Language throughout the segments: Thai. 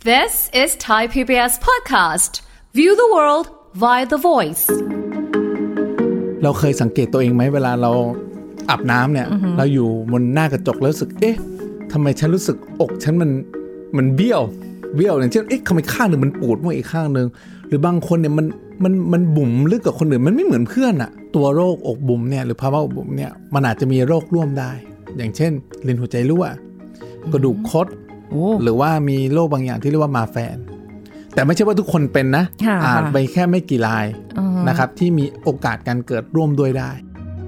This is Thai PBS podcast. View the world via the voice. เราเคยสังเกตตัวเองไหมเวลาเราอาบน้ำเนี่ย เราอยู่บนหน้ากระจกแล้วรู้สึกเอ๊ะทำไมฉันรู้สึกอกฉันมันเบี้ยวอย่างเช่นเอ๊ะทำไมข้างนึงมันปูดกว่าอีกข้างนึงหรือบางคนเนี่ยมันบุ๋มลึกกว่าคนอื่นมันไม่เหมือนเพื่อนอะตัวโรคอกบุ๋มเนี่ยหรือภาวะอกบุ๋มเนี่ยมันอาจจะมีโรคร่วมได้อย่างเช่นลิ้นหัวใจรั่วกระดูกคดหรือว่ามีโรคบางอย่างที่เรียกว่ามาแฟนแต่ไม่ใช่ว่าทุกคนเป็นนะอาจไปแค่ไม่กี่รายนะครับที่มีโอกาสการเกิดร่วมด้วยได้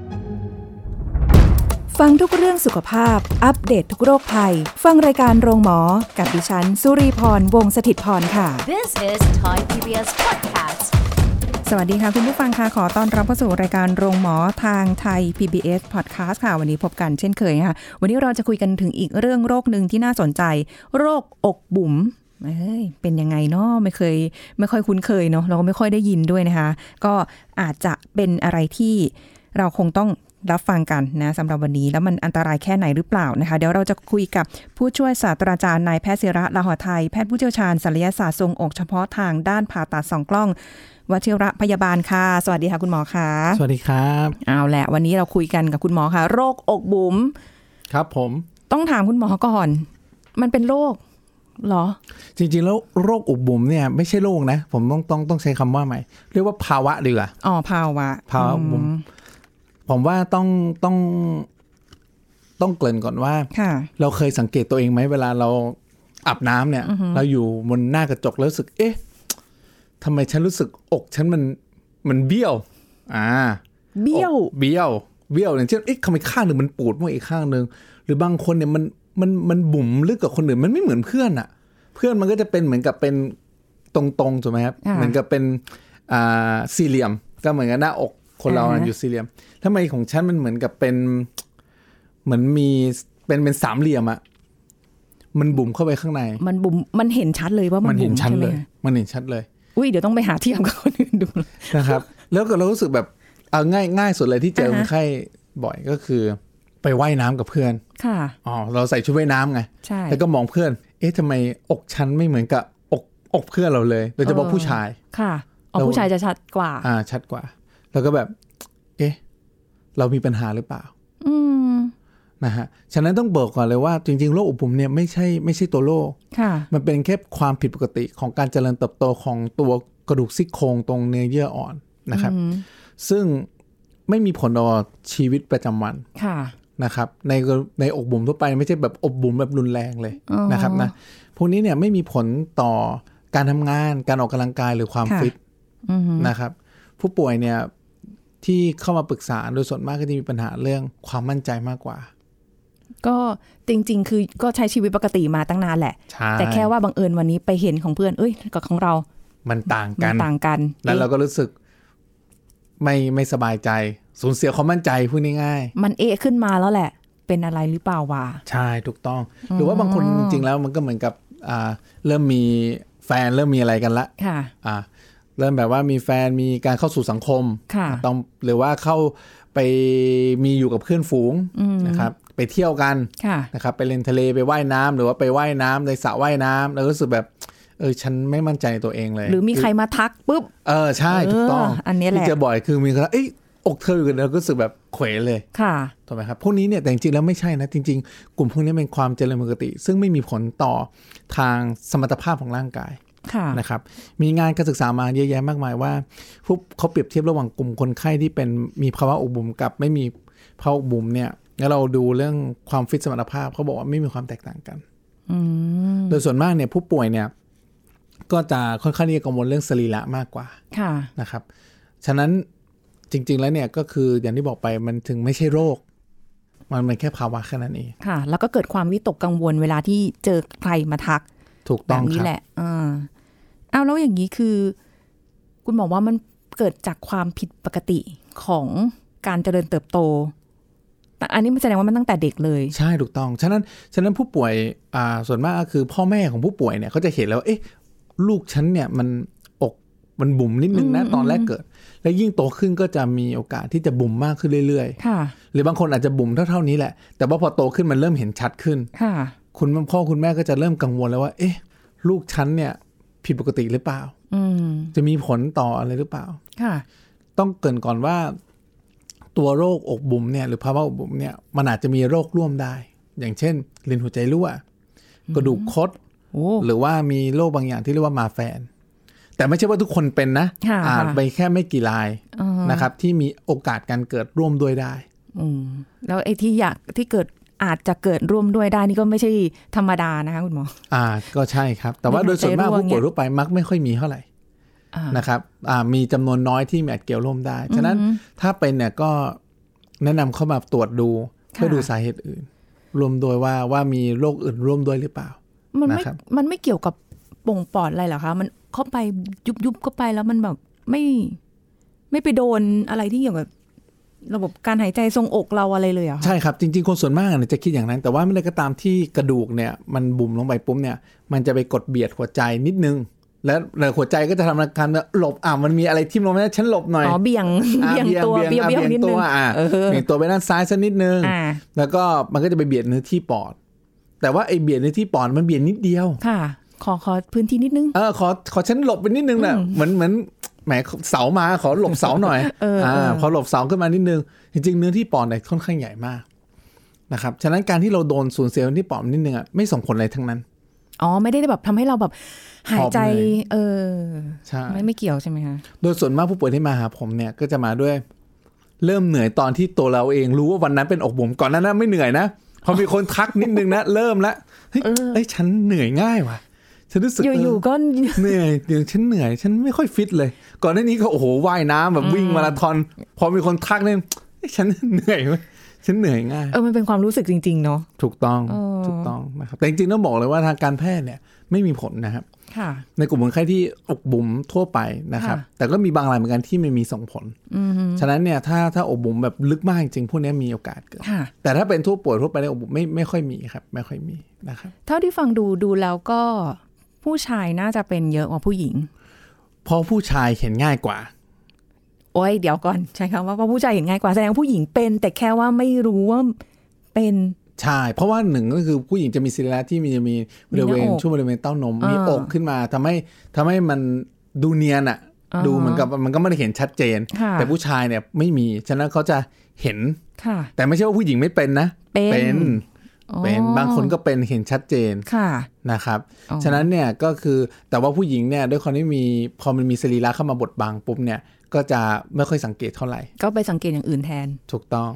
ฟังทุกเรื่องสุขภาพอัปเดต ทุกโรคภัยฟังรายการโรงหมอกับดิฉันสุรีพรวงศ์สถิตย์พรค่ะ This is Thai PBS podcast. สวัสดีค่ะคุณผู้ฟังค่ะขอต้อนรับเข้าสู่รายการโรงหมอทางไทย PBS podcast ค่ะวันนี้พบกันเช่นเคยค่ะวันนี้เราจะคุยกันถึงอีกเรื่องโรคนึงที่น่าสนใจโรคอกบุ๋มเป็นยังไงเนาะไม่ค่อยคุ้นเคยเนาะเราก็ไม่ค่อยได้ยินด้วยนะคะก็อาจจะเป็นอะไรที่เราคงต้องรับฟังกันนะสำหรับวันนี้แล้วมันอันตรายแค่ไหนหรือเปล่านะคะเดี๋ยวเราจะคุยกับผู้ช่วยศาสตราจารย์นายแพทย์ศิระ ลาหอไทยแพทย์ผู้เชี่ยวชาญศัลยศาสตร์ทรวงอกเฉพาะทางด้านผ่าตัดส่องกล้องวชิระพยาบาลค่ะสวัสดีค่ะคุณหมอค่ะสวัสดีครับเอาแหละวันนี้เราคุยกันกับคุณหมอค่ะโรคอกบุ๋มครับผมต้องถามคุณหมอก่อนมันเป็นโรคเหรอจริงๆแล้วโรคอกบุ๋มเนี่ยไม่ใช่โรคนะผมต้องใช้คำว่าใหม่เรียกว่าภาวะดีกว่าภาวะอกบุ๋มผมว่าต้องเกริ่นก่อนว่าเราเคยสังเกตตัวเองไหมเวลาเราอาบน้ำเนี่ยเราอยู่บนหน้ากระจกแล้วรู้สึกเอ๊ะทำไมฉันรู้สึกอกฉันมันเบี้ยวเบี้ยวอย่างเช่นเอ๊ะทำไมข้างนึงมันปูดกว่าอีกข้างนึงหรือบางคนเนี่ยมันบุ๋มลึกกว่าคนอื่นมันไม่เหมือนเพื่อนอะเพื่อนมันก็จะเป็นเหมือนกับเป็นตรงๆถูกไหมครับเหมือนกับเป็นสี่เหลี่ยมก็เหมือนกับหน้าอกคนเราอยู่สี่เหลี่ยมทำไมของฉันมันเหมือนกับเป็นเหมือนมีเป็นสามเหลี่ยมอะมันบุ๋มเข้าไปข้างในมันบุ๋มมันเห็นชัดเลยว่ามันบุ๋มใช่ไหมมันเห็นชัดเลยอุ้ยเดี๋ยวต้องไปหาเทียบกับคนอื่นดูนะครับแล้วก็เรารู้สึกแบบเอาง่ายสุดเลยที่เจอคนไข้บ่อยก็คือไปว่ายน้ำกับเพื่อนค่ะเราใส่ชุดว่ายน้ำไงแล้วก็มองเพื่อนเอ๊ะทำไมอกฉันไม่เหมือนกับอกเพื่อนเราเลยโดยเฉพาะผู้ชายค่ะผู้ชายจะชัดกว่าชัดกว่าแล้วก็แบบเอ๊ะเรามีปัญหาหรือเปล่านะฮะฉะนั้นต้องบอกก่อนเลยว่าจริงๆโรคอกบุ๋มเนี่ยไม่ใช่ตัวโรคมันเป็นแค่ความผิดปกติของการเจริญเติบโตของตัวกระดูกซี่โครงตรงเนื้อเยื่ออ่อนนะครับซึ่งไม่มีผลต่อชีวิตประจำวันนะครับในอกบุ๋มทั่วไปไม่ใช่แบบอกบุ๋มแบบรุนแรงเลยนะครับนะพวกนี้เนี่ยไม่มีผลต่อการทำงานการออกกำลังกายหรือความฟิตนะครับผู้ป่วยเนี่ยที่เข้ามาปรึกษาโดยส่วนมากก็จะมีปัญหาเรื่องความมั่นใจมากกว่าก็จริงๆคือก็ใช้ชีวิตปกติมาตั้งนานแหละแต่แค่ว่าบังเอิญวันนี้ไปเห็นของเพื่อนกับของเรามันต่างกันแล้วเราก็รู้สึกไม่สบายใจสูญเสียความมั่นใจพูดง่ายๆมันขึ้นมาแล้วแหละเป็นอะไรหรือเปล่าวะใช่ถูกต้องหรือว่าบางคนจริงๆแล้วมันก็เหมือนกับเริ่มมีแฟนเริ่มมีอะไรกันละเริ่มแบบว่ามีแฟนมีการเข้าสู่สังคมต้องหรือว่าเข้าไปมีอยู่กับเพื่อนฝูงนะครับไปเที่ยวกันนะครับไปเล่นทะเลไปว่ายน้ำหรือว่าไปว่ายน้ำในสระว่ายน้ำแล้วรู้สึกแบบฉันไม่มั่นใจในตัวเองเลยหรือมีใครมาทักปุ๊บใช่ถูกต้องอันนี้แหละที่เจอบ่อยคือมีคนอกเธออยู่กันแล้วก็รู้สึกแบบเขวเลยถูกไหมครับพวกนี้เนี่ยแต่จริงๆแล้วไม่ใช่นะจริงๆกลุ่มพวกนี้เป็นความเจริญปกติซึ่งไม่มีผลต่อทางสมรรถภาพของร่างกายนะครับมีงานการศึกษามาเยอะแยะมากมายว่าเขาเปรียบเทียบระหว่างกลุ่มคนไข้ที่เป็นมีภาวะอกบุ๋มกับไม่มีภาวะอกบุ๋มเนี่ยแล้วเราดูเรื่องความฟิตสมรรถภาพเขาบอกว่าไม่มีความแตกต่างกันโดยส่วนมากเนี่ยผู้ป่วยเนี่ยก็จะค่อนข้างที่จะกังวลเรื่องสรีระมากกว่านะครับฉะนั้นจริงๆแล้วเนี่ยก็คืออย่างที่บอกไปมันถึงไม่ใช่โรคมันเป็นแค่ภาวะแค่นั้นเองค่ะแล้วก็เกิดความวิตกกังวลเวลาที่เจอใครมาทักถูกต้องแบบนี้แหละเอาแล้วอย่างนี้คือคุณบอกว่ามันเกิดจากความผิดปกติของการเจริญเติบโตแต่อันนี้มันแสดงว่ามันตั้งแต่เด็กเลยใช่ถูกต้องฉะนั้นผู้ป่วยส่วนมากก็คือพ่อแม่ของผู้ป่วยเนี่ยเขาจะเห็นแล้วลูกฉันเนี่ยมันบุ๋มนิดนึงนะตอนแรกเกิดแล้วยิ่งโตขึ้นก็จะมีโอกาสที่จะบุ๋มมากขึ้นเรื่อยๆหรือบางคนอาจจะบุ๋มเท่านี้แหละแต่ว่าพอโตขึ้นมันเริ่มเห็นชัดขึ้นคุณพ่อคุณแม่ก็จะเริ่มกังวลแล้วว่าลูกฉันเนี่ยผิดปกติหรือเปล่าจะมีผลต่ออะไรหรือเปล่าค่ะต้องเกริ่นก่อนว่าตัวโรคอกบุ๋มเนี่ยหรือภาวะอกบุ๋มเนี่ยมันอาจจะมีโรคร่วมได้อย่างเช่นลิ้นหัวใจรั่วกระดูกคดหรือว่ามีโรคบางอย่างที่เรียกว่ามาแฟนแต่ไม่ใช่ว่าทุกคนเป็นนะอาจไปแค่ไม่กี่รายนะครับที่มีโอกาสการเกิดร่วมด้วยได้แล้วไอ้ที่เกิดอาจจะเกิดร่วมด้วยได้นี่ก็ไม่ใช่ธรรมดานะคะคุณหมอก็ใช่ครับแต่ว่าโดยส่วนมากผู้ป่วยทั่วไปมักไม่ค่อยมีเท่าไหร่นะครับมีจำนวนน้อยที่อาจเกี่ยวร่วมได้ฉะนั้นถ้าเป็นเนี่ยก็แนะนำเข้ามาตรวจดูเพื่อดูสาเหตุอื่นรวมโดยว่ามีโรคอื่นร่วมด้วยหรือเปล่ามันไม่เกี่ยวกับป่งปอดอะไรหรอคะมันเข้าไปยุบเข้าไปแล้วมันแบบไม่ไปโดนอะไรที่เกี่ยวกับระบบการหายใจทรงอกเราอะไรเลยอ่ะใช่ครับจริงๆคนส่วนมากจะคิดอย่างนั้นแต่ว่าไม่ได้ก็ตามที่กระดูกเนี่ยมันบุ๋มลงไปปุ๊บเนี่ยมันจะไปกดเบียดหัวใจนิดนึงแล้วหัวใจก็จะทำการหลบมันมีอะไรทิ่มลงมาฉันหลบหน่อยเบี่ยงตัวเบี่ยงนิดนึงเบี่ยงตัวไปด้านซ้ายสักนิดนึงแล้วก็มันก็จะไปเบียดเนื้อที่ปอดแต่ว่าไอ้เบียดเนื้อที่ปอดมันเบียดนิดเดียวค่ะขอพื้นที่นิดนึงขอฉันหลบไปนิดนึงน่ะเหมือนแหมเสามาขอหลบเสาหน่อยพอหลบเสาขึ้นมานิดนึงจริงๆเนื้อที่ปอดเนี่ยค่อนข้างใหญ่มากนะครับฉะนั้นการที่เราโดนสูญเสียที่ปอดนิดนึงไม่ส่งผลอะไรทั้งนั้นไม่ได้แบบทำให้เราแบบหายใจใช่ไม่เกี่ยวใช่ไหมคะโดยส่วนมากผู้ป่วยที่มาหาผมเนี่ยก็จะมาด้วยเริ่มเหนื่อยตอนที่ตัวเราเองรู้ว่าวันนั้นเป็นอกบุ๋มก่อนหน้านั้นไม่เหนื่อยนะพอมีคนทักนิดนึงนะเริ่มละเฮ้ยฉันเหนื่อยง่ายว่ะฉันรู้สึกอยู่ๆก็เหนื่อยเดี๋ยวฉันเหนื่อยฉันไม่ค่อยฟิตเลยก่อนหน้านี้ก็โอ้โหว่ายน้ำแบบวิ่งมาราธอนพอมีคนทักเนี่ยฉันเหนื่อยไหมฉันเหนื่อยง่ายมันเป็นความรู้สึกจริงๆเนาะถูกต้องนะครับแต่จริงๆต้องบอกเลยว่าทางการแพทย์เนี่ยไม่มีผลนะครับในกลุ่มคนไข้ที่อกบุ๋มทั่วไปนะครับแต่ก็มีบางรายเหมือนกันที่ไม่มีส่งผลฉะนั้นเนี่ยถ้าอกบุ๋มแบบลึกมากจริงพวกนี้มีโอกาสเกิดแต่ถ้าเป็นทั่วไปในอกบุ๋มไม่ค่อยมีครับไม่ค่อยมีนะครับเท่าที่ฟังดูแล้วก็ผู้ชายน่าจะเป็นเยอะกว่าผู้หญิงเพราะผู้ชายเห็นง่ายกว่าโอ้ยเดี๋ยวก่อนใช่ครับว่าผู้ชายเห็นง่ายกว่าแสดงผู้หญิงเป็นแต่แค่ว่าไม่รู้ว่าเป็นใช่เพราะว่าหนึ่งก็คือผู้หญิงจะมีศิลาที่จะมีบริเวณช่วงบริเวณเต้านมมีอกขึ้นมาทำให้มันดูเนียนอ่ะดูเหมือนกับมันก็ไม่ได้เห็นชัดเจนแต่ผู้ชายเนี่ยไม่มีฉะนั้นเขาจะเห็นแต่ไม่ใช่ว่าผู้หญิงไม่เป็นนะเป็นบางคนก็เป็นเห็นชัดเจนนะครับฉะนั้นเนี่ยก็คือแต่ว่าผู้หญิงเนี่ยด้วยความที่พอมันมีสรีระเข้ามาบดบังปุ๊บเนี่ยก็จะไม่ค่อยสังเกตเท่าไหร่ก็ไปสังเกตอย่างอื่นแทนถูกต้อง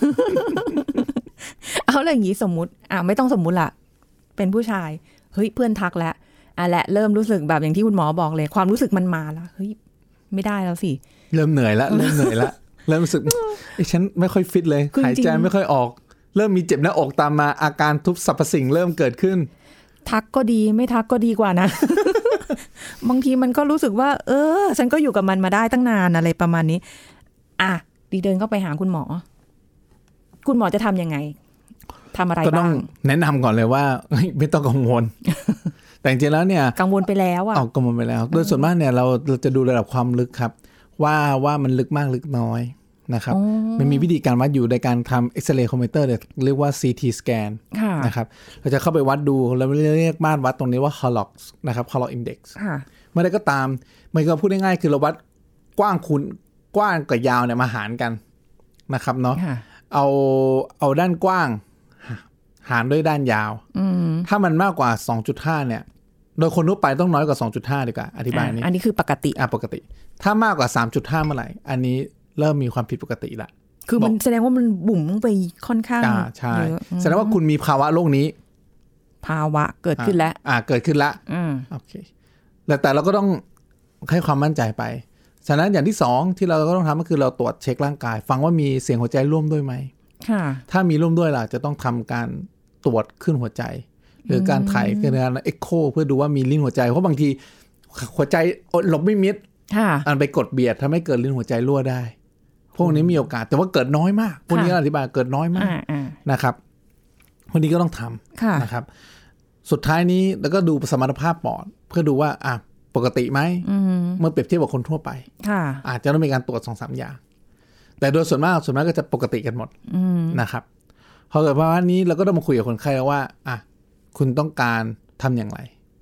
เอาอะไรอย่างนี้สมมุติไม่ต้องสมมุติละเป็นผู้ชายเฮ้ยเพื่อนทักแล้วและเริ่มรู้สึกแบบอย่างที่คุณหมอบอกเลยความรู้สึกมันมาแล้วเฮ้ยไม่ได้แล้วสิเริ่มเหนื่อยแล้วเริ่มรู้สึกฉันไม่ค่อยฟิตเลยหายใจไม่ค่อยออกเริ่มมีเจ็บหน้าอกตามมาอาการทุบสรรพสิ่งเริ่มเกิดขึ้นทักก็ดีไม่ทักก็ดีกว่านะ บางทีมันก็รู้สึกว่าฉันก็อยู่กับมันมาได้ตั้งนานอะไรประมาณนี้ดีเดินเข้าไปหาคุณหมอจะทำยังไงทำอะไรบ้างก็ต้องแนะนำก่อนเลยว่าไม่ต้องกังวล แต่จริงๆแล้วเนี่ยกังวลไปแล้วกังวลไปแล้วโดยส่วนมากเนี่ยเราจะดูระดับความลึกครับว่ามันลึกมากลึกน้อยนะครับมันมีวิธีการวัดอยู่ในการทำเอ็กซเรย์คอมพิวเตอร์เรียกว่า CT scan นะครับเราจะเข้าไปวัดดูแล้วเรียกมาตรวัดตรงนี้ว่า Horlock นะครับ Horlock index เมื่อใดก็ตามมันก็พูดง่ายๆคือเราวัดกว้างกับยาวเนี่ยมาหารกันนะครับเนาะเอาด้านกว้างหารด้วยด้านยาวถ้ามันมากกว่า 2.5 เนี่ยโดยคนทั่วไปต้องน้อยกว่า 2.5 ดีกว่าอธิบายนี้อันนี้คือปกติปกติถ้ามากกว่า 3.5 เมื่อไหร่อันนี้เริ่มมีความผิดปกติละคือมันแสดงว่ามันบุ๋มไปค่อนข้างใช่แสดงว่าคุณมีภาวะโรคนี้ภาวะเกิดขึ้นแล้วเกิดขึ้นละโอเคแต่เราก็ต้องให้ความมั่นใจไปฉะนั้นอย่างที่2ที่เราก็ต้องทำก็คือเราตรวจเช็คร่างกายฟังว่ามีเสียงหัวใจร่วมด้วยไหมถ้ามีร่วมด้วยล่ะจะต้องทำการตรวจขึ้นหัวใจหรือการถ่ายการเอ็กโคเพื่อดูว่ามีลิ้นหัวใจเพราะบางทีหัวใจหลบไม่มิดอันไปกดเบียดทำให้เกิดลิ้นหัวใจรั่วได้พวกนี้มีโอกาสแต่ว่าเกิดน้อยมากพวกนี้อธิบายเกิดน้อยมากนะครับพวกนี้ก็ต้องทำนะครับสุดท้ายนี้แล้วก็ดูสมรรถภาพปอดเพื่อดูว่าปกติไหมเมื่อเปรียบเทียบกับคนทั่วไปอาจจะต้องมีการตรวจ 2-3 อย่างแต่โดยส่วนมากก็จะปกติกันหมดนะครับพอเกิดภาวะนี้เราก็ต้องมาคุยกับคนไข้ว่าคุณต้องการทำอย่างไร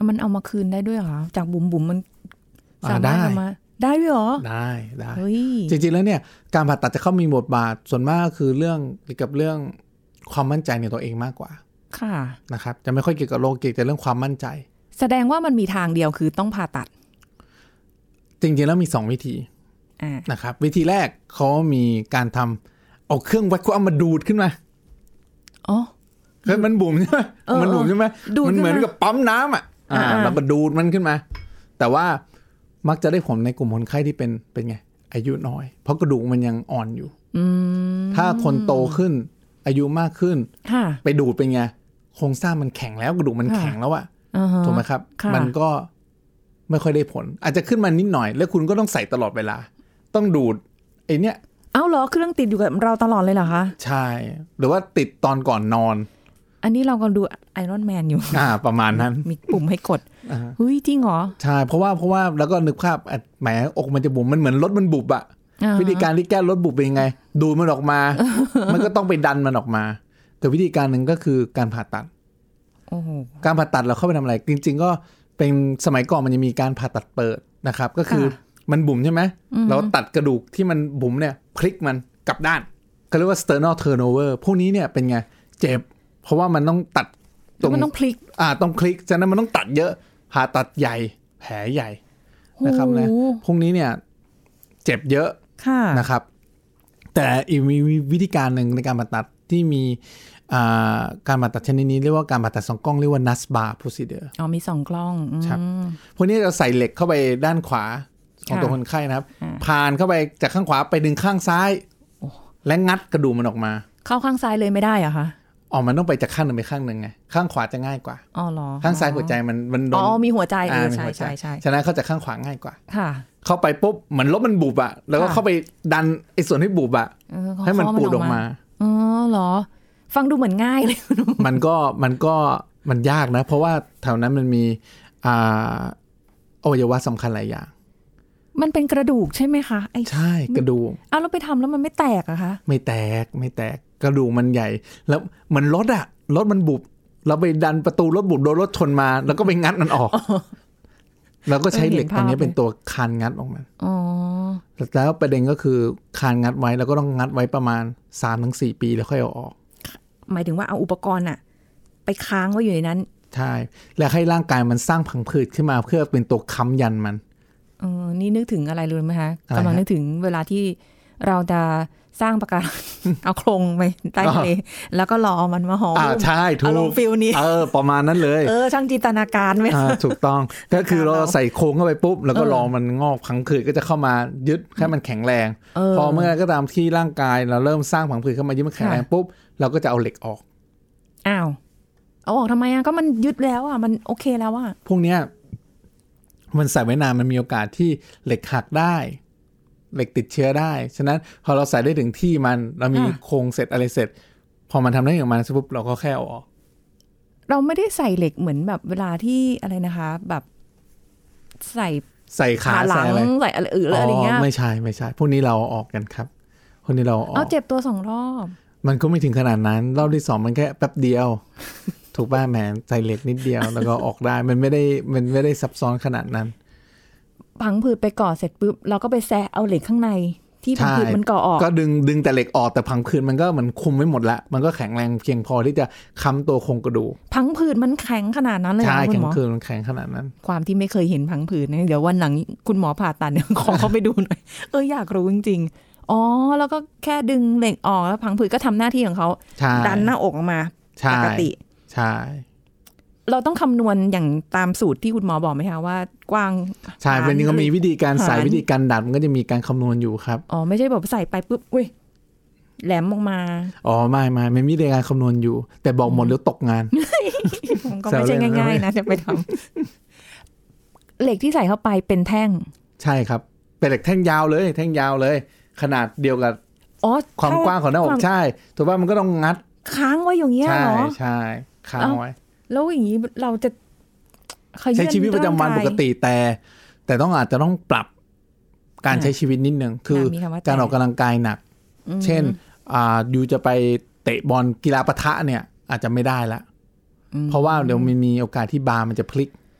มันเอามาคืนได้ด้วยเหรอจากบุ๋มมันสามารถเอามาได้ด้วยเหรอได้จริงๆแล้วเนี่ยการผ่าตัดจะเข้ามีบทบาทส่วนมากก็คือเรื่องเกี่ยวกับเรื่องความมั่นใจในตัวเองมากกว่าค่ะนะครับจะไม่ค่อยเกี่ยวกับโรคเกี่ยวกับเรื่องความมั่นใจแสดงว่ามันมีทางเดียวคือต้องผ่าตัดจริงๆแล้วมี2วิธีนะครับวิธีแรกเขามีการทำเอาเครื่องวัดความมาดูดขึ้นมาอ๋อมันบุ๋มใช่ไหมมันบุ๋มใช่ไหมมันเหมือนกับปั๊มน้ำแล้วก็ดูดมันขึ้นมาแต่ว่ามักจะได้ผลในกลุ่มคนไข้ที่เป็นไงอายุน้อยเพราะกระดูกมันยังอ่อนอยู่ถ้าคนโตขึ้นอายุมากขึ้นไปดูดเป็นไงโครงสร้างมันแข็งแล้วกระดูกมันแข็งแล้วอะถูกไหมครับมันก็ไม่ค่อยได้ผลอาจจะขึ้นมานิดหน่อยแล้วคุณก็ต้องใส่ตลอดเวลาต้องดูดไอ้เนี้ยเอ้าเหรอเครื่องติดอยู่กับเราตลอดเลยเหรอคะใช่หรือว่าติดตอนก่อนนอนอันนี้เราก็ดูไอรอนแมนอยู่ประมาณนั้นมีปุ่มให้กดเฮ้ยจริงเหรอใช่เพราะว่าแล้วก็นึกภาพแหมอกมันจะบุ๋มมันเหมือนรถมันบุบอะวิธีการที่แก้รถบุบเป็นยังไงดูมันออกมา มันก็ต้องไปดันมันออกมาแต่วิธีการหนึ่งก็คือการผ่าตัดการผ่าตัดเราเข้าไปทำอะไรจริงๆก็เป็นสมัยก่อนมันจะมีการผ่าตัดเปิดนะครับก็คือมันบุ๋มใช่ไหมเราตัดกระดูกที่มันบุ๋มเนี่ยพลิกมันกลับด้านเขาเรียกว่า sternal turnover พวกนี้เนี่ยเป็นไงเจ็บเพราะว่ามันต้องตัดมันต้องพลิกต้องพลิกฉะนั้นมันต้องตัดเยอะผ่าตัดใหญ่แผลใหญ่นะครับนะพวกนี้เนี่ยเจ็บเยอะนะครับแต่อีกมีวิธีการหนึ่งในการผ่าตัดที่มีการผ่าตัดชนิดนี้เรียกว่าการผ่าตัด2 กล้องเรียกว่า NASBAR procedure มี2 กล้องครับพวกนี้เราใส่เหล็กเข้าไปด้านขวาของตัวคนไข้นะครับผ่านเข้าไปจากข้างขวาไปดึงข้างซ้ายและงัดกระดูกมันออกมาเข้าข้างซ้ายเลยไม่ได้เหรอคะมันต้องไปจากข้างหนึ่งไปข้างหนึ่งไงข้างขวาจะง่ายกว่าหรอข้างซ้ายหัวใจมันโดนมีหัวใจใช่ฉะนั้นเขาจะข้างขวาง่ายกว่าค่ะเข้าไปปุ๊บเหมือนรถมันบุบอะแล้วก็เข้าไปดันไอ้ส่วนที่บุบอะให้มันปูดออกมาเหรอฟังดูเหมือนง่ายเลยมันยากนะเพราะว่าแถวนั้นมันมีอวัยวะสำคัญหลายอย่างมันเป็นกระดูกใช่ไหมคะใช่กระดูกเราไปทำแล้วมันไม่แตกอะคะไม่แตกกระดูกมันใหญ่แล้วเหมือนรถมันบุบเราไปดันประตูรถบุบโดนรถชนมาแล้วก็ไปงัดมันออกแล้วก็ใช้เหล็กตัวนี้เป็นตัวคานงัดออกมาแล้วประเด็นก็คือคานงัดไว้แล้วก็ต้องงัดไว้ประมาณ 3-4 ปีแล้วค่อยเอาออกหมายถึงว่าเอาอุปกรณ์ไปค้างไว้อยู่ในนั้นใช่แล้วให้ร่างกายมันสร้างผังผืดขึ้นมาเพื่อเป็นตัวค้ำยันมันนี่นึกถึงอะไรรู้ไหมคะกำลังนึกถึงเวลาที่เราจะสร้างปะการังเอาโครงไปใต้ทะเลแล้วก็รอมันมาห่อใช่ถูกอารมณ์ฟิลนี้ประมาณนั้นเลยช่างจินตนาการไหมถูกต้องก็คือเราใส่โครงเข้าไปปุ๊บแล้วก็รอมันงอกผังผืดก็จะเข้ามายึดให้มันแข็งแรงพอเมื่อก็ตามที่ร่างกายเราเริ่มสร้างผังผืดเข้ามายึดมันแข็งแรงปุ๊บเราก็จะเอาเหล็กออกเอาออกทำไมก็มันยึดแล้วมันโอเคแล้วพวกเนี้ยมันใส่ไว้นานมันมีโอกาสที่เหล็กหักได้เหล็กติดเชื้อได้ฉะนั้นพอเราใส่ได้ถึงที่มันเรามีโครงเสร็จอะไรเสร็จพอมันทำได้อย่างมันปุ๊บเราก็แค่เอาออกเราไม่ได้ใส่เหล็กเหมือนแบบเวลาที่อะไรนะคะแบบใส่ขาหลังใส่อะไรอะไรเงี้ยไม่ใช่พวกนี้เราออกกันครับพวกนี้เราออกเจ็บตัว2 รอบมันก็ไม่ถึงขนาดนั้นรอบที่2มันแค่แป๊บเดียวถูกป่ะแหมใส่เหล็กนิดเดียวแล้วก็ออกได้มันไม่ได้ซับซ้อนขนาดนั้นผังผืดไปก่อเสร็จปุ๊บเราก็ไปแซะเอาเหล็กข้างในที่ผังผืดมันก่อออกก็ดึงแต่เหล็กออกแต่ผังผืดมันก็เหมือนคุมไว้หมดละมันก็แข็งแรงเพียงพอที่จะค้ำตัวโครงกระดูกผังผืดมันแข็งขนาดนั้นเลยใช่แข็งผืดมันแข็งขนาดนั้นความที่ไม่เคยเห็นผังผืดนะเดี๋ยววันหลังคุณหมอผ่าตัดเนี่ยขอเขาไปดูหน่อยอยากรู้จริงๆแล้วก็แค่ดึงเหล็กออกแล้วผังผืดก็ทำหน้าที่ของเขาดันหน้าอกออกมาปกติใช่เราต้องคำนวณอย่างตามสูตรที่คุณหมอบอกไหมคะว่ากว้างใช่เป็นนี้ก็มีวิธีการใส่วิธีการดัดมันก็จะมีการคำนวณอยู่ครับไม่ใช่แบบใส่ไปปุ๊บอุ้ยแหลมออกมาไม่มีการคำนวณอยู่แต่บอกหมดแล้วตกงานก็ไม่ใช่ง่ายๆนะจะไปทำเหล็กที่ใส่เข้าไปเป็นแท่งใช่ครับเป็นเหล็กแท่งยาวเลยขนาดเดียวกับความกว้างของหน้าอกใช่ถูกป่ะมันก็ต้องงัดค้างไว้อย่างเงี้ยเหรอใช่ค้างไว้แล้วอย่างนี้เราจะใช้ชีวิตประจำวันปกติแต่อาจจะต้องปรับการใช้ชีวิตนิดนึงคือการออกกำลังกายหนักเช่นอยู่จะไปเตะบอลกีฬาปะทะเนี่ยอาจจะไม่ได้ละเพราะว่าเดี๋ยวมันมีโอกาสที่บาร์มันจะพลิก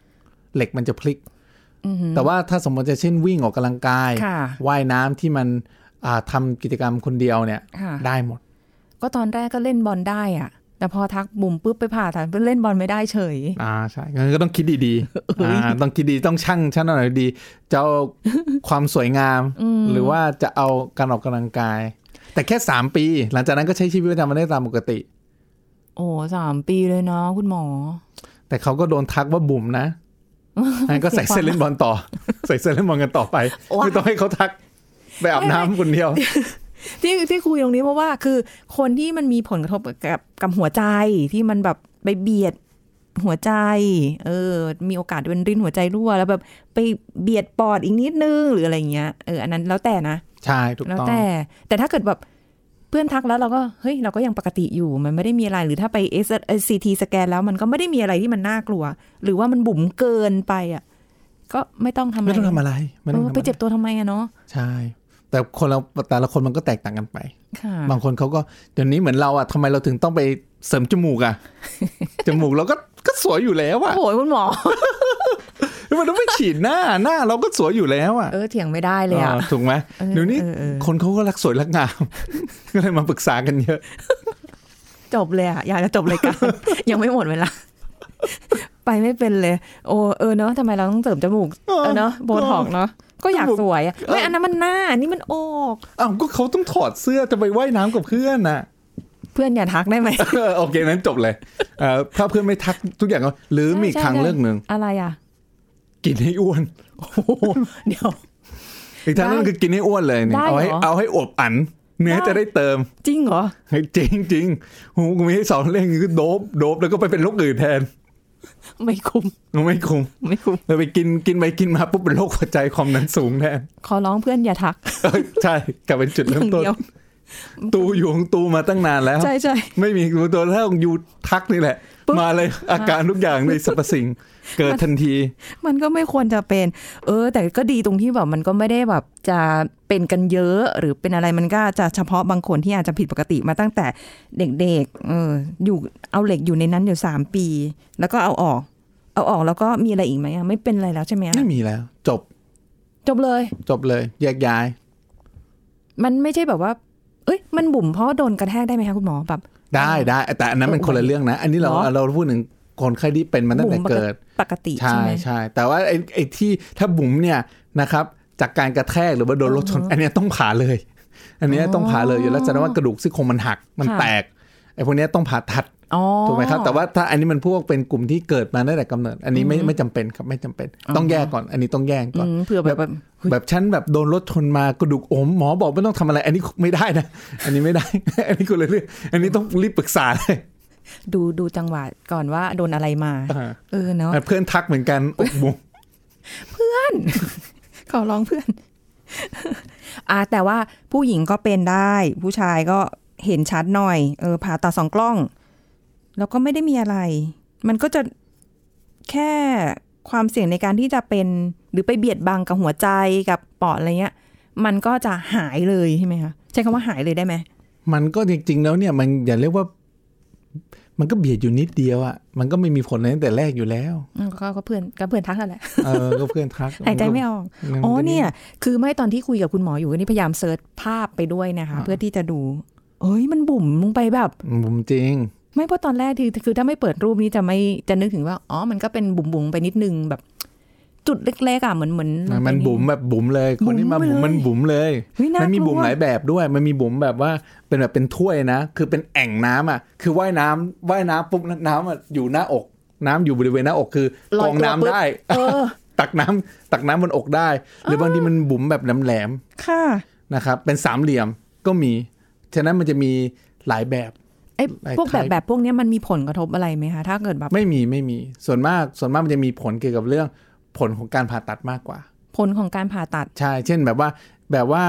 เหล็กมันจะพลิกแต่ว่าถ้าสมมติจะเช่นวิ่งออกกำลังกายว่ายน้ำที่มันทำกิจกรรมคนเดียวเนี่ยได้หมดก็ตอนแรกก็เล่นบอลได้อ่ะแต่พอทักบุ๋มปุ๊บไปผ่าตัดเล่นบอลไม่ได้เฉยใช่งั้นก็ต้องคิดดีๆต้องคิดดีต้องชั่งหน่อยดีจะเอาความสวยงามหรือว่าจะเอาการออกกำลังกายแต่แค่3 ปีหลังจากนั้นก็ใช้ชีวิตประจำวันได้ตามปกติโอ้3 ปีเลยเนาะคุณหมอแต่เขาก็โดนทักว่าบุ๋มนะงั้นก็ใส่เสื้อเล่นบอลต่อใส่เสื้อเล่นบอลกันต่อไปไม่ต้องให้เขาทักไปอาบน้ำคนเดียวที่คุยตรงนี้เพราะว่าคือคนที่มันมีผลกระทบกับหัวใจที่มันแบบไปเบียดหัวใจมีโอกาสเป็นริ้นหัวใจรั่วแล้วแบบไปเบียดปอดอีกนิดนึงหรืออะไรเงี้ยอันนั้นแล้วแต่นะใช่ถูกต้องแล้วแต่ถ้าเกิดแบบเพื่อนทักแล้วเราก็เฮ้ยเราก็ยังปกติอยู่มันไม่ได้มีอะไรหรือถ้าไป CT สแกนแล้วมันก็ไม่ได้มีอะไรที่มันน่ากลัวหรือว่ามันบุ๋มเกินไปอ่ะก็ไม่ต้องทำอะไรไปเจ็บตัวทำไมอะเนาะใช่แต่แต่ละคนมันก็แตกต่างกันไปบางคนเขาก็เดี๋ยวนี้เหมือนเราอ่ะทำไมเราถึงต้องไปเสริมจมูกอ่ะ จมูกเราก็สวยอยู่แล้วอ่ะโอ้ยคุณหมอมันต้องไม่ฉีดหน้าเราก็สวยอยู่แล้วอ่ะเถียงไม่ได้เลยอ่ะถูกไหมเดี๋ยวนี้คนเขาก็รักสวยรักงาม ก็เลยมาปรึกษากันเยอะจบเลยอ่ะอยากจะจบเลยกัน ยังไม่หมดเวลาไปไม่เป็นเลยเนาะทำไมเราต้องเสริมจมูกเนาะโบท็อกซ์เนาะก็อยากสวยอ่ะไม่อันนั้นมันหน้านี่มันออกก็เขาต้องถอดเสื้อจะไปว่ายน้ำกับเพื่อนน่ะเพื่อนอย่าทักได้ไหมโอเคนั้นจบเลยถ้าเพื่อนไม่ทักทุกอย่างก็หรือมีทางเรื่องนึงอะไรอ่ะกินให้อ้วนเดี๋ยวอีกทางนึงคือกินให้อ้วนเลยเนี่ยเอาให้อวบอันเนื้อจะได้เติมจริงเหรอจริงโหกูมีให้2เรื่องคือโดบแล้วก็ไปเป็นโรคอื่นแทนไม่คุ้มเราไปกินไปกินมาปุ๊บเป็นโรคหัวใจความดันสูงแทนขอร้องเพื่อนอย่าทักใช่กลับเป็นจุดเริ่มต้นตูอยู่ของตูมาตั้งนานแล้วใช่ไม่มีตัวถ้าของยูทักนี่แหละมาเลยอาการทุกอย่างในสรรพสิ่งเกิดทันทีมันก็ไม่ควรจะเป็นแต่ก็ดีตรงที่แบบมันก็ไม่ได้แบบจะเป็นกันเยอะหรือเป็นอะไรมันก็จะเฉพาะบางคนที่อาจจะผิดปกติมาตั้งแต่เด็กๆอยู่เอาเหล็กอยู่ในนั้นอยู่3 ปีแล้วก็เอาออกแล้วก็มีอะไรอีกไหมไม่เป็นอะไรแล้วใช่ไหมไม่มีแล้วจบเลยแยกย้ายมันไม่ใช่แบบว่ามันบุ๋มเพราะโดนกระแทกได้ไหมคะคุณหมอแบบได้แต่อันนั้นเป็นคนละเรื่องนะอันนี้เราพูดถึงคนไข้ที่เป็นมาตั้งแต่เกิดปกติใช่ไหมใช่แต่ว่าไอ้ที่ถ้าบุ๋มเนี่ยนะครับจากการกระแทกหรือว่าโดนรถชนอันนี้ต้องผ่าเลยอยู่แล้วแสดงว่ากระดูกซี่โครงมันหักมันแตกไอ้พวกนี้ต้องผ่าตัดถูกไหมครับแต่ว่าถ้าอันนี้มันพวกเป็นกลุ่มที่เกิดมาตั้งแต่กำเนิดอันนี้ไม่จำเป็นครับไม่จำเป็นต้องแยกก่อนอันนี้ต้องแยกก่อนเผื่อแบบฉันแบบโดนรถชนมากระดูกหมอบอกไม่ต้องทำอะไรอันนี้ไม่ได้นะอันนี้ไม่ได้ อันนี้คนละเรื่องอันนี้ต้องรีบปรึกษาเลยดูจังหวะก่อนว่าโดนอะไรมาเนาะเพื่อนทักเหมือนกันอกบุเพื่อนขอร้องเพื่อนแต่ว่าผู้หญิงก็เป็นได้ผู้ชายก็เห็นชัดหน่อยผ่าตัด2 กล้องแล้วก็ไม่ได้มีอะไรมันก็จะแค่ความเสี่ยงในการที่จะเป็นหรือไปเบียดบังกับหัวใจกับปอดอะไรเงี้ยมันก็จะหายเลยใช่ไหมคะใช้คำว่าหายเลยได้ไหมมันก็จริงๆแล้วเนี่ยมันอย่าเรียกว่ามันก็เบียดอยู่นิดเดียวอ่ะมันก็ไม่มีผลตั้งแต่แรกอยู่แล้วก็เพื่อนทักนั่นแหละก็เพื่อนทักหายใจไม่ออกเนี่ยคือไม่ตอนที่คุยกับคุณหมออยู่นี่พยายามเซิร์ชภาพไปด้วยนะคะเพื่อที่จะดูมันบุ๋มลงไปแบบบุ๋มจริงไม่เพราะตอนแรกคือถ้าไม่เปิดรูปนี้จะนึกถึงว่ามันก็เป็นบุ๋มไปนิดนึงแบบจุดเล็กๆอ่ะเหมือนมันบุ๋มแบบบุ๋มเลยคนที่มาบุ๋มมันบุ๋มเลยมันมีบุ๋มหลายแบบด้วยมันมีบุ๋มแบบว่าเป็นแบบเป็นถ้วยนะคือเป็นแอ่งน้ำอ่ะคือว่ายน้ำปุ๊บน้ำอ่ะอยู่หน้าอกน้ำอยู่บริเวณหน้าอกคือกองน้ำได้ตักน้ำบนอกได้หรือบางทีมันบุ๋มแบบแหลมๆค่ะนะครับเป็นสามเหลี่ยมก็มีฉะนั้นมันจะมีหลายแบบพวกแบบพวกนี้มันมีผลกระทบอะไรไหมคะถ้าเกิดแบบไม่มีส่วนมากมันจะมีผลเกี่ยวกับเรื่องผลของการผ่าตัดมากกว่าผลของการผ่าตัดใช่เช่นแบบว่า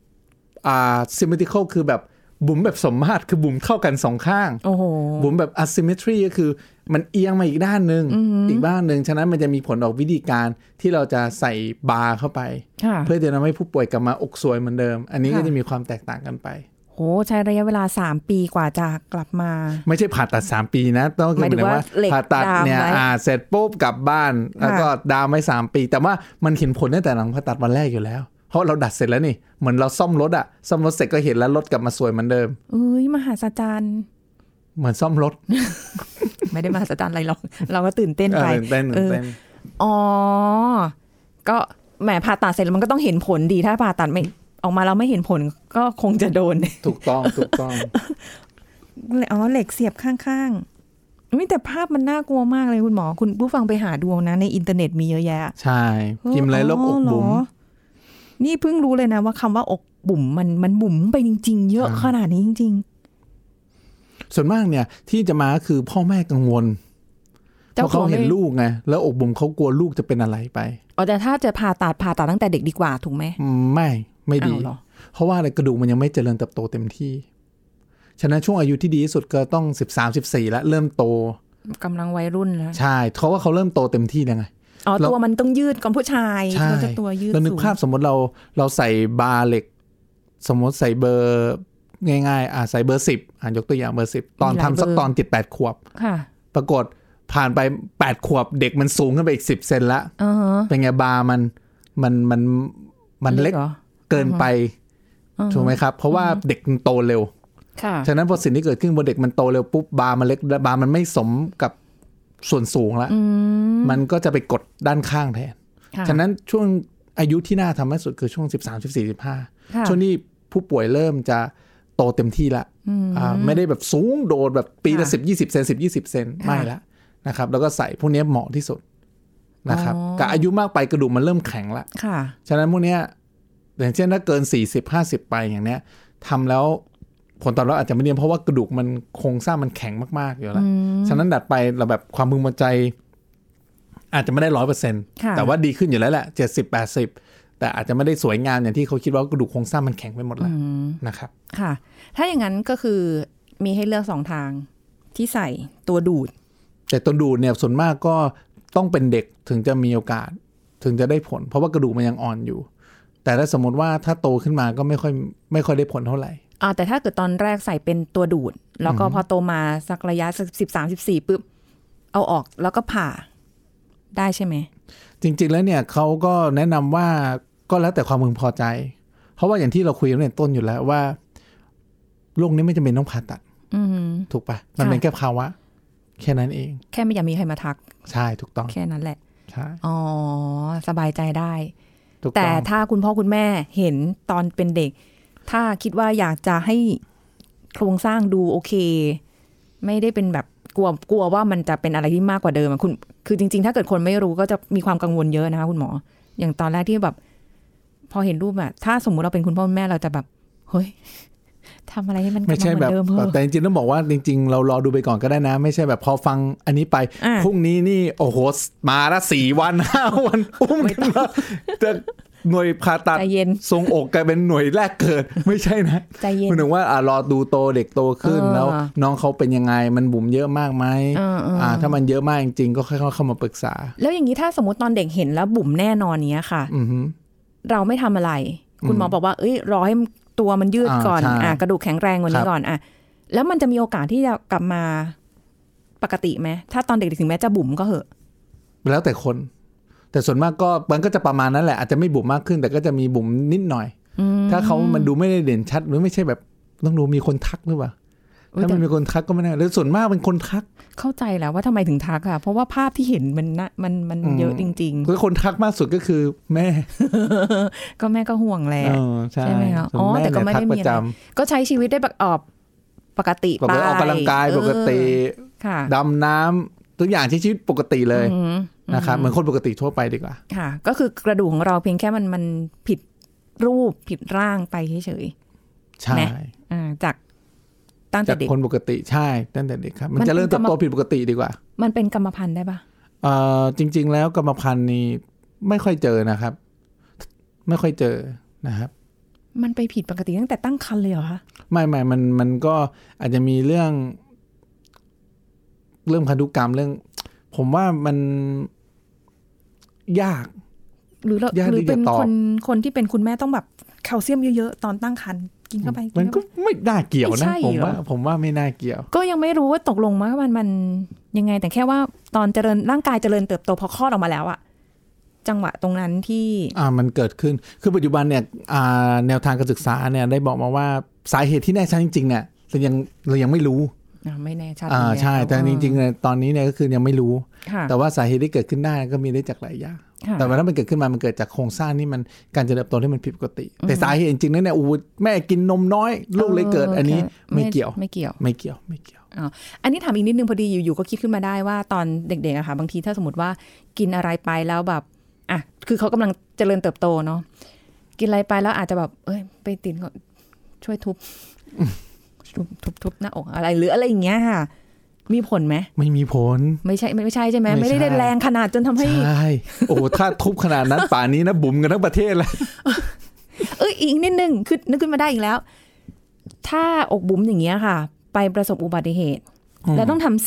symmetrical คือแบบบุ๋มแบบสมมาตรคือบุ๋มเท่ากัน2ข้างบุ๋มแบบ asymmetry ก็คือมันเอียงมาอีกด้านนึงอีกด้านนึงฉะนั้นมันจะมีผลออกวิธีการที่เราจะใส่บาร์เข้าไปเพื่อจะทำให้ผู้ป่วยกลับมาอกสวยเหมือนเดิมอันนี้ก็จะมีความแตกต่างกันไปโโหใช้ระยะเวลา3ปีกว่าจะกลับมาไม่ใช่ผ่าตัด3ปีนะต้องคือหมายถึงว่าผ่าตัดเนี่ยเสร็จปุ๊บกลับบ้านแล้วก็ดามไว้3ปีแต่ว่ามันเห็นผลตั้งแต่หลังผ่าตัดวันแรกอยู่แล้วเพราะเราดัดเสร็จแล้วนี่เหมือนเราซ่อมรถซ่อมรถเสร็จก็เห็นแล้วรถกลับมาสวยเหมือนเดิมมหัศจรรย์เหมือนซ่อมรถไม่ได้มหัศจรรย์อะไรหรอกเราก็ตื่นเต้นไปตื่นเต้นก็แหมผ่าตัดเสร็จแล้วมันก็ต้องเห็นผลดีถ้าผ่าตัดไม่ออกมาเราไม่เห็นผลก็คงจะโดนถูกต้องเหล็กเสียบข้างๆแต่ภาพมันน่ากลัวมากเลยคุณหมอคุณผู้ฟังไปหาดูนะในอินเทอร์เน็ตมีเยอะแยะใช่พิมพ์เลยโรคอกบุ๋มนี่เพิ่งรู้เลยนะว่าคำว่าอกบุ๋มมันบุ๋มไปจริงๆเยอะขนาดนี้จริงๆส่วนมากเนี่ยที่จะมาคือพ่อแม่กังวลเพราะเขาเห็นลูกไงแล้วอกบุ๋มเขากลัวลูกจะเป็นอะไรไปแต่ถ้าจะผ่าตัดตั้งแต่เด็กดีกว่าถูกไหมไม่ดีเพราะว่าอะไรกระดูกมันยังไม่เจริญเติบโตเต็มที่ฉะนั้นช่วงอายุที่ดีที่สุดก็ต้อง13-14แล้วเริ่มโตกำลังวัยรุ่นแล้วใช่เพราะว่าเขาเริ่มโตเต็มที่ยังไงตัวมันต้องยืดก่อนผู้ชายเขาจะตัวยืดสูงเรานึกภาพสมมติเราใส่บาร์เหล็กสมมติใส่เบอร์ง่ายๆใส่เบอร์10ยกตัวอย่างเบอร์10ตอนทำสักตอน 7-8 ขวบปรากฏผ่านไป8 ขวบเด็กมันสูงขึ้นไปอีก10 เซนละเป็นไงบาร์มันเล็กเกินไปถูกไหมครับเพราะว่าเด็กมันโตเร็วฉะนั้นพอสิ่งที่เกิดขึ้นพอเด็กมันโตเร็วปุ๊บบาร์มันเล็กบาร์มันไม่สมกับส่วนสูงแล้วมันก็จะไปกดด้านข้างแทนฉะนั้นช่วงอายุที่น่าทำให้สุดคือช่วง13-14-15ช่วงนี้ผู้ป่วยเริ่มจะโตเต็มที่ละไม่ได้แบบสูงโดดแบบปีละ10-20 เซน10-20 เซนไม่ละนะครับแล้วก็ใส่พวกนี้เหมาะที่สุดนะครับกับอายุมากไปกระดูกมันเริ่มแข็งละฉะนั้นพวกนี้อย่างเช่นถ้าเกิน40-50ไปอย่างเนี้ยทำแล้วผลตอบรับอาจจะไม่ดีเพราะว่ากระดูกมันโครงสร้างมันแข็งมากๆอยู่แล้วฉะนั้นดัดไปเราแบบความพึงพอใจอาจจะไม่ได้ 100% แต่ว่าดีขึ้นอยู่แล้วแหละ70-80แต่อาจจะไม่ได้สวยงามอย่างที่เขาคิดว่ากระดูกโครงสร้างมันแข็งไปหมดแล้วนะครับค่ะถ้าอย่างนั้นก็คือมีให้เลือก2ทางที่ใส่ตัวดูดแต่ตัวดูดเนี่ยส่วนมากก็ต้องเป็นเด็กถึงจะมีโอกาสถึงจะได้ผลเพราะว่ากระดูกมันยังอ่อนอยู่แต่ถ้าสมมติว่าถ้าโตขึ้นมาก็ไม่ค่อยได้ผลเท่าไหร่แต่ถ้าเกิดตอนแรกใส่เป็นตัวดูดแล้วก็พอโตมาสักระยะ13-14ปุ๊บเอาออกแล้วก็ผ่าได้ใช่ไหมจริงๆแล้วเนี่ยเขาก็แนะนำว่าก็แล้วแต่ความพึงพอใจเพราะว่าอย่างที่เราคุยกันในต้นอยู่แล้วว่าโรคนี้ไม่จำเป็นต้องผ่าตัดถูกปะมันเป็นแค่ภาวะแค่นั้นเองแค่ไม่อยากมีใครมาทักใช่ถูกต้องแค่นั้นแหละใช่สบายใจได้แต่ถ้าคุณพ่อคุณแม่เห็นตอนเป็นเด็กถ้าคิดว่าอยากจะให้โครงสร้างดูโอเคไม่ได้เป็นแบบกลัวว่ามันจะเป็นอะไรที่มากกว่าเดิมคุณคือจริงๆถ้าเกิดคนไม่รู้ก็จะมีความกังวลเยอะนะคะคุณหมออย่างตอนแรกที่แบบพอเห็นรูปแบบถ้าสมมุติเราเป็นคุณพ่อคุณแม่เราจะแบบเฮ้ยทำอะไรให้มันไม่ใช่แบบแต่จริงๆต้องบอกว่าจริงๆเรารอดูไปก่อนก็ได้นะไม่ใช่แบบพอฟังอันนี้ไปพรุ่งนี้นี่โอ้โหมาละ4 วัน5 วันอุ้มกันมาจะหน่วยผ่าตัดทรงอกกลายเป็นหน่วยแรกเกิดไม่ใช่นะใจเย็นหมายถึงว่ารอดูโตเด็กโตขึ้นแล้วน้องเขาเป็นยังไงมันบุ๋มเยอะมากไหมถ้ามันเยอะมากจริงๆก็ค่อยๆเข้ามาปรึกษาแล้วอย่างนี้ถ้าสมมติตอนเด็กเห็นแล้วบุ๋มแน่นอนเนี้ยค่ะเราไม่ทำอะไรคุณหมอบอกว่ารอให้ตัวมันยืดก่อนกระดูกแข็งแรงกว่านี้ก่อนแล้วมันจะมีโอกาสที่จะกลับมาปกติไหมถ้าตอนเด็กถึงแม้จะบุ๋มก็เหอะแล้วแต่คนแต่ส่วนมากก็มันก็จะประมาณนั้นแหละอาจจะไม่บุ๋มมากขึ้นแต่ก็จะมีบุ๋มนิดหน่อยถ้าเขามันดูไม่ได้เด่นชัดหรือไม่ใช่แบบต้องดูมีคนทักหรือเปล่าถ้ามันมีคนทักก็ไม่แน่หรือส่วนมากเป็นคนทักเข้าใจแล้วว่าทำไมถึงทักเพราะว่าภาพที่เห็นมันเยอะจริงๆคือคนทักมากสุดก็คือแม่ก็แม่ก็ห่วงแหละใช่ไหมคะแต่ก็ไม่ได้มีอะไรก็ใช้ชีวิตได้ปกติไปออกกำลังกายปกติดำน้ำทุกอย่างใช้ชีวิตปกติเลยนะครับเหมือนคนปกติทั่วไปดีกว่าค่ะก็คือกระดูกของเราเพียงแค่มันผิดรูปผิดร่างไปเฉยๆใช่จากตั้งแต่เด็กคนปกติใช่ตั้งแต่เด็กครับมันจะเริ่มเติบโตผิดปกติดีกว่ามันเป็นกรรมพันธุ์ได้ปะจริงๆแล้วกรรมพันธุ์นี่ไม่ค่อยเจอนะครับไม่ค่อยเจอนะครับมันไปผิดปกติตั้งแต่ตั้งครรภ์เลยเหรอคะไม่มันก็อาจจะมีเรื่องพันธุกรรมเรื่องผมว่ามันยากหรือเป็นคนที่เป็นคุณแม่ต้องแบบแคลเซียมเยอะๆตอนตั้งครรภ์กินเข้าไปมันก็ไม่น่าเกี่ยวนะผมว่าไม่น่าเกี่ยวก็ยังไม่รู้ว่าตกลงว่ามันยังไงแต่แค่ว่าตอนร่างกายเจริญเติบโตพอคลอดออกมาแล้วอะจังหวะตรงนั้นที่มันเกิดขึ้นคือปัจจุบันเนี่ยแนวทางการศึกษาเนี่ยได้บอกมาว่าสาเหตุที่แน่ชัดจริงๆเนี่ยเรายังไม่รู้ไม่แน่ชัดใช่แต่จริงๆตอนนี้เนี่ยก็คือยังไม่รู้แต่ว่าสาเหตุที่เกิดขึ้นได้ก็มีได้จากหลายอย่างแต่ว่าถ้ามันเกิดขึ้นมามันเกิดจากโครงสร้างนี่มันการเจริญเติบโตที่มันผิดปกติแต่สาเหตุจริงๆนั้นเนี่ยแม่กินนมน้อยลูกเลยเกิดอันนี้ไม่เกี่ยวอันนี้ถามอีกนิดนึงพอดีอยู่ๆก็คิดขึ้นมาได้ว่าตอนเด็กๆอะค่ะบางทีถ้าสมมติว่ากินอะไรไปแล้วแบบคือเขากำลังเจริญเติบโตเนาะกินอะไรไปแล้วอาจจะแบบไปติดช่วยทุบหน้าอกอะไรหรืออะไรอย่างเงี้ยค่ะมีผลไหมไม่มีผลไม่ใช่ใช่ไหมไม่ได้แรงขนาดจนทำให้ใช่โอ้ถ้าทุบขนาดนั้นป่านนี้นะบุ๋มกันทั้งประเทศเลยอีกนิดนึงคือนึกขึ้นมาได้อีกแล้วถ้าอกบุ๋มอย่างเงี้ยค่ะไปประสบอุบัติเหตุแล้วต้องทำ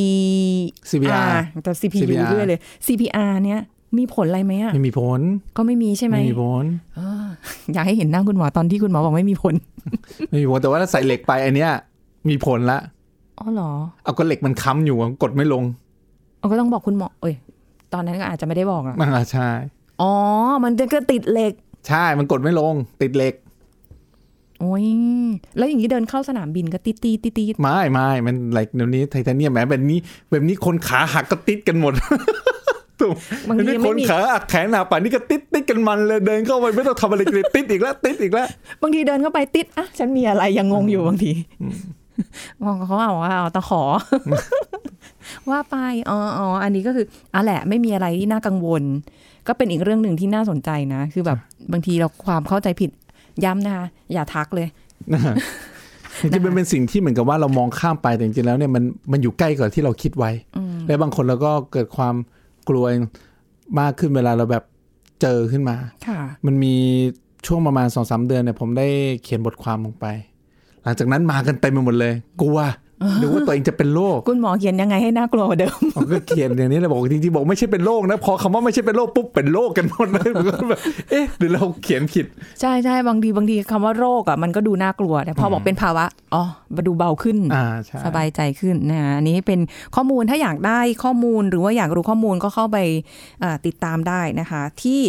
CPR แต่ CPU ด้วยเลย CPR เนี้ยมีผลอะไรไหมไม่มีผลก็ไม่มีใช่ไหมไม่มีผลอยากให้เห็นหน้าคุณหมอตอนที่คุณหมอบอกไม่มีผลไม่มีผลแต่ว่าถ้าใส่เหล็กไปอันเนี้ยมีผลละอ๋อเหรอเอาก็เหล็กมันค้ำอยู่กดไม่ลงก็ต้องบอกคุณหมอตอนนั้นก็อาจจะไม่ได้บอกใช่มันจะติดเหล็กใช่มันกดไม่ลงติดเหล็กโอ้ยแล้วอย่างนี้เดินเข้าสนามบินก็ติดไม่มันเหล็กเดี๋ยวนี้ไทเทเนียมแบบนี้คนขาหักก็ติดกันหมดบางทีคนขาแขนหนาป่านนี่ก็ติดกันมันเลยเดินเข้าไปไม่ต้องทำอะไรเลยติดอีกแล้วบางทีเดินเข้าไปติดฉันมีอะไรยังงงอยู่บางทีมองเขาเอาตะขอว่าไปอันนี้ก็คือแหละไม่มีอะไรที่น่ากังวลก็เป็นอีกเรื่องหนึ่งที่น่าสนใจนะคือแบบบางทีเราความเข้าใจผิดย้ำนะคะอย่าทักเลยจริงๆมันเป็นสิ่งที่เหมือนกับว่าเรามองข้ามไปแต่จริงๆแล้วเนี่ยมันอยู่ใกล้กว่าที่เราคิดไว้และบางคนเราก็เกิดความกลัวมากขึ้นเวลาเราแบบเจอขึ้นมามันมีช่วงประมาณ 2-3 เดือนเนี่ยผมได้เขียนบทความลงไปหลังจากนั้นมากันเต็มไปหมดเลยกลัวหรือว่าตัวเองจะเป็นโรคคุณหมอเขียนยังไงให้น่ากลัวกว่าเดิมผมก็เขียนอย่างนี้เลยบอกจริงๆบอกไม่ใช่เป็นโรคนะพอคำว่าไม่ใช่เป็นโรคปุ๊บเป็นโรคกันหมดเลยแบบหรือเราเขียนผิดใช่บางทีคำว่าโรคมันก็ดูน่ากลัวแต่พอบอกเป็นภาวะมาดูเบาขึ้นสบายใจขึ้นนะอันนี้เป็นข้อมูลถ้าอยากได้ข้อมูลหรือว่าอยากรู้ข้อมูลก็เข้าไปติดตามได้นะคะที่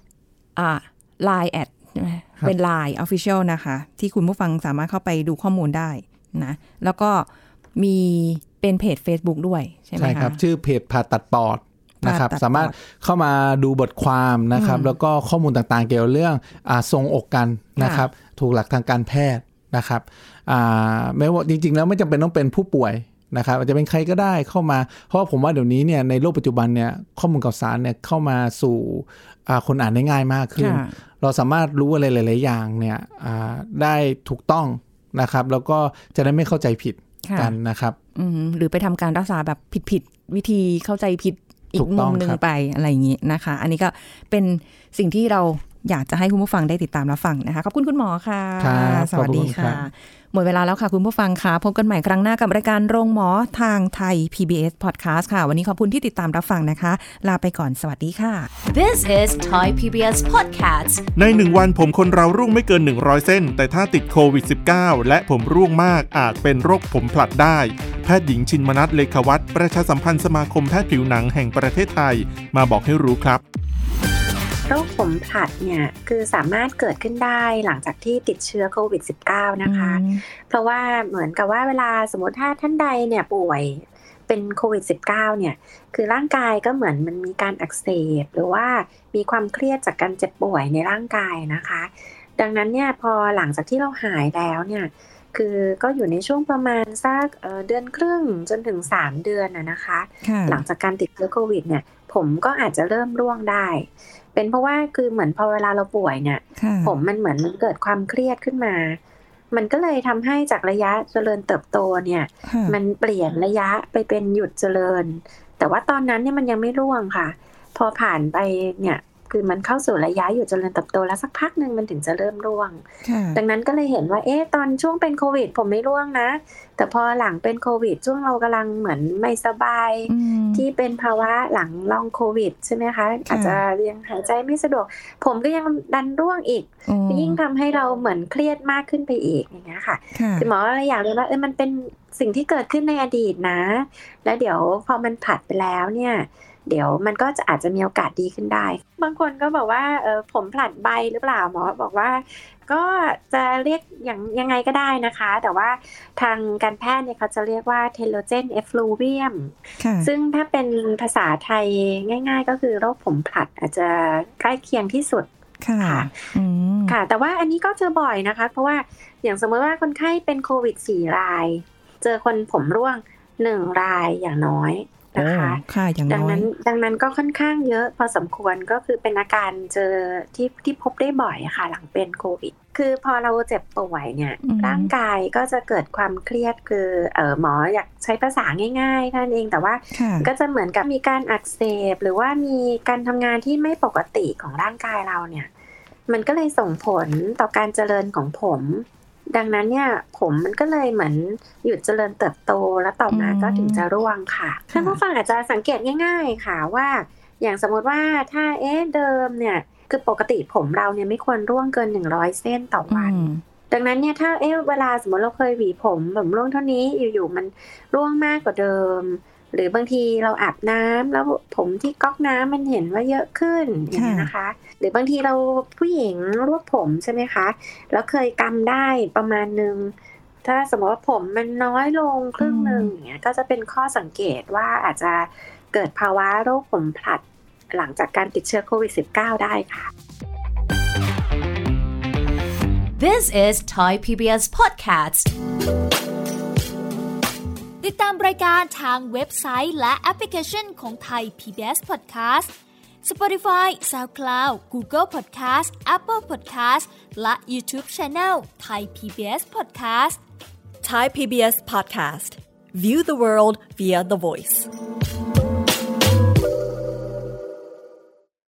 Line แอดเป็น Line Official นะคะที่คุณผู้ฟังสามารถเข้าไปดูข้อมูลได้นะแล้วก็มีเป็นเพจ Facebook ด้วยใช่ไหมคะใช่ครับชื่อเพจผ่าตัดปอดนะครับสามารถเข้ามาดูบทความนะครับแล้วก็ข้อมูลต่างๆเกี่ยวกับเรื่องทรงอกกันนะครับถูกหลักทางการแพทย์นะครับแม้ว่าจริงๆแล้วไม่จำเป็นต้องเป็นผู้ป่วยนะครับอาจจะเป็นใครก็ได้เข้ามาเพราะผมว่าเดี๋ยวนี้เนี่ยในโลกปัจจุบันเนี่ยข้อมูลข่าวสารเนี่ยเข้ามาสู่คนอ่านได้ง่ายมากขึ้นเราสามารถรู้อะไรหลายๆอย่างเนี่ยได้ถูกต้องนะครับแล้วก็จะได้ไม่เข้าใจผิดกันนะครับหรือไปทำการรักษาแบบผิดวิธีเข้าใจผิดอีกมุมนึงไปอะไรอย่างนี้นะคะอันนี้ก็เป็นสิ่งที่เราอยากจะให้คุณผู้ฟังได้ติดตามรับฟังนะคะขอบคุณคุณหมอค่ะสวัสดีค่ะหมดเวลาแล้วค่ะคุณผู้ฟังค่ะพบกันใหม่ครั้งหน้ากับรายการโรงหมอทางไทย PBS Podcast ค่ะวันนี้ขอบคุณที่ติดตามรับฟังนะคะลาไปก่อนสวัสดีค่ะ This is Thai PBS Podcast ใน1วันผมคนเราร่วงไม่เกิน100เส้นแต่ถ้าติดโควิด -19 และผมร่วงมากอาจเป็นโรคผมผลัดได้แพทย์หญิงชินมนัสเลขาวัฒน์ประชาสัมพันธ์สมาคมแพทย์ผิวหนังแห่งประเทศไทยมาบอกให้รู้ครับโรคผมผลัดเนี่ยคือสามารถเกิดขึ้นได้หลังจากที่ติดเชื้อโควิด -19 นะคะเพราะว่าเหมือนกับว่าเวลาสมมติถ้าท่านใดเนี่ยป่วยเป็นโควิด -19 เนี่ยคือร่างกายก็เหมือนมันมีการอักเสบหรือว่ามีความเครียดจากการเจ็บป่วยในร่างกายนะคะดังนั้นเนี่ยพอหลังจากที่เราหายแล้วเนี่ยคือก็อยู่ในช่วงประมาณสักเดือนครึ่งจนถึง3เดือนนะคะหลังจากการติดเชื้อโควิดเนี่ยผมก็อาจจะเริ่มร่วงได้เป็นเพราะว่าคือเหมือนพอเวลาเราป่วยเนี่ยผมมันเหมือนมันเกิดความเครียดขึ้นมามันก็เลยทำให้จากระยะเจริญเติบโตเนี่ยมันเปลี่ยนระยะไปเป็นหยุดเจริญแต่ว่าตอนนั้นเนี่ยมันยังไม่ร่วงค่ะพอผ่านไปเนี่ยคือมันเข้าสู่ระยะอยู่เจริญเติบโตแล้วสักพักนึงมันถึงจะเริ่มร่วงดังนั้นก็เลยเห็นว่าตอนช่วงเป็นโควิดผมไม่ร่วงนะแต่พอหลังเป็นโควิดช่วงเรากำลังเหมือนไม่สบายที่เป็นภาวะหลังลองโควิดใช่ไหมคะอาจจะยังหายใจไม่สะดวกผมก็ยังดันร่วงอีกยิ่งทำให้เราเหมือนเครียดมากขึ้นไปอีกอย่างเงี้ยค่ะคือหมออะไรอยากรู้ว่ามันเป็นสิ่งที่เกิดขึ้นในอดีตนะแล้วเดี๋ยวพอมันผ่านไปแล้วเนี่ยเดี๋ยวมันก็อาจจะมีโอกาสดีขึ้นได้บางคนก็บอกว่าผมผลัดใบหรือเปล่าหมอบอกว่าก็จะเรียกยังไงก็ได้นะคะแต่ว่าทางการแพทย์เนี่ยเขาจะเรียกว่า telogen effluvium ซึ่งถ้าเป็นภาษาไทยง่ายๆก็คือโรคผมผลัดอาจจะใกล้เคียงที่สุดค่ะค่ะแต่ว่าอันนี้ก็เจอบ่อยนะคะเพราะว่าอย่างสมมติว่าคนไข้เป็นโควิด4 รายเจอคนผมร่วง1 รายอย่างน้อยนะคะดังนั้นก็ค่อนข้างเยอะพอสมควรก็คือเป็นอาการเจอที่พบได้บ่อยค่ะหลังเป็นโควิดคือพอเราเจ็บป่วยเนี่ยร่างกายก็จะเกิดความเครียดคือหมออยากใช้ภาษาง่ายๆนั่นเองแต่ว่าก็จะเหมือนกับมีการอักเสบหรือว่ามีการทำงานที่ไม่ปกติของร่างกายเราเนี่ยมันก็เลยส่งผลต่อการเจริญของผมดังนั้นเนี่ยผมมันก็เลยเหมือนหยุดเจริญเติบโตแล้วต่อมาก็ถึงจะร่วงค่ะท่านผู้ฟังอาจจะสังเกตง่ายๆค่ะว่าอย่างสมมติว่าถ้าเดิมเนี่ยคือปกติผมเราเนี่ยไม่ควรร่วงเกิน100เส้นต่อวันดังนั้นเนี่ยถ้าเวลาสมมติเราเคยหวีผมร่วงเท่านี้อยู่ๆมันร่วงมากกว่าเดิมหรือบางทีเราอาบน้ำแล้วผมที่ก๊อกน้ำมันเห็นว่าเยอะขึ้นอย่างนี้นะคะหรือบางทีเราผู้หญิงรวบผมใช่ไหมคะแล้วเคยกำได้ประมาณนึงถ้าสมมติว่าผมมันน้อยลงครึ่งนึงอย่างเงี้ยก็จะเป็นข้อสังเกตว่าอาจจะเกิดภาวะโรคผมผลัดหลังจากการติดเชื้อโควิด -19 ได้ค่ะ This is Thai PBS Podcast ติดตามรายการทางเว็บไซต์และแอปพลิเคชันของ Thai PBS Podcast Spotify, SoundCloud, Google Podcast, Apple Podcast และ YouTube Channel Thai PBS Podcast Thai PBS Podcast View the world via the voice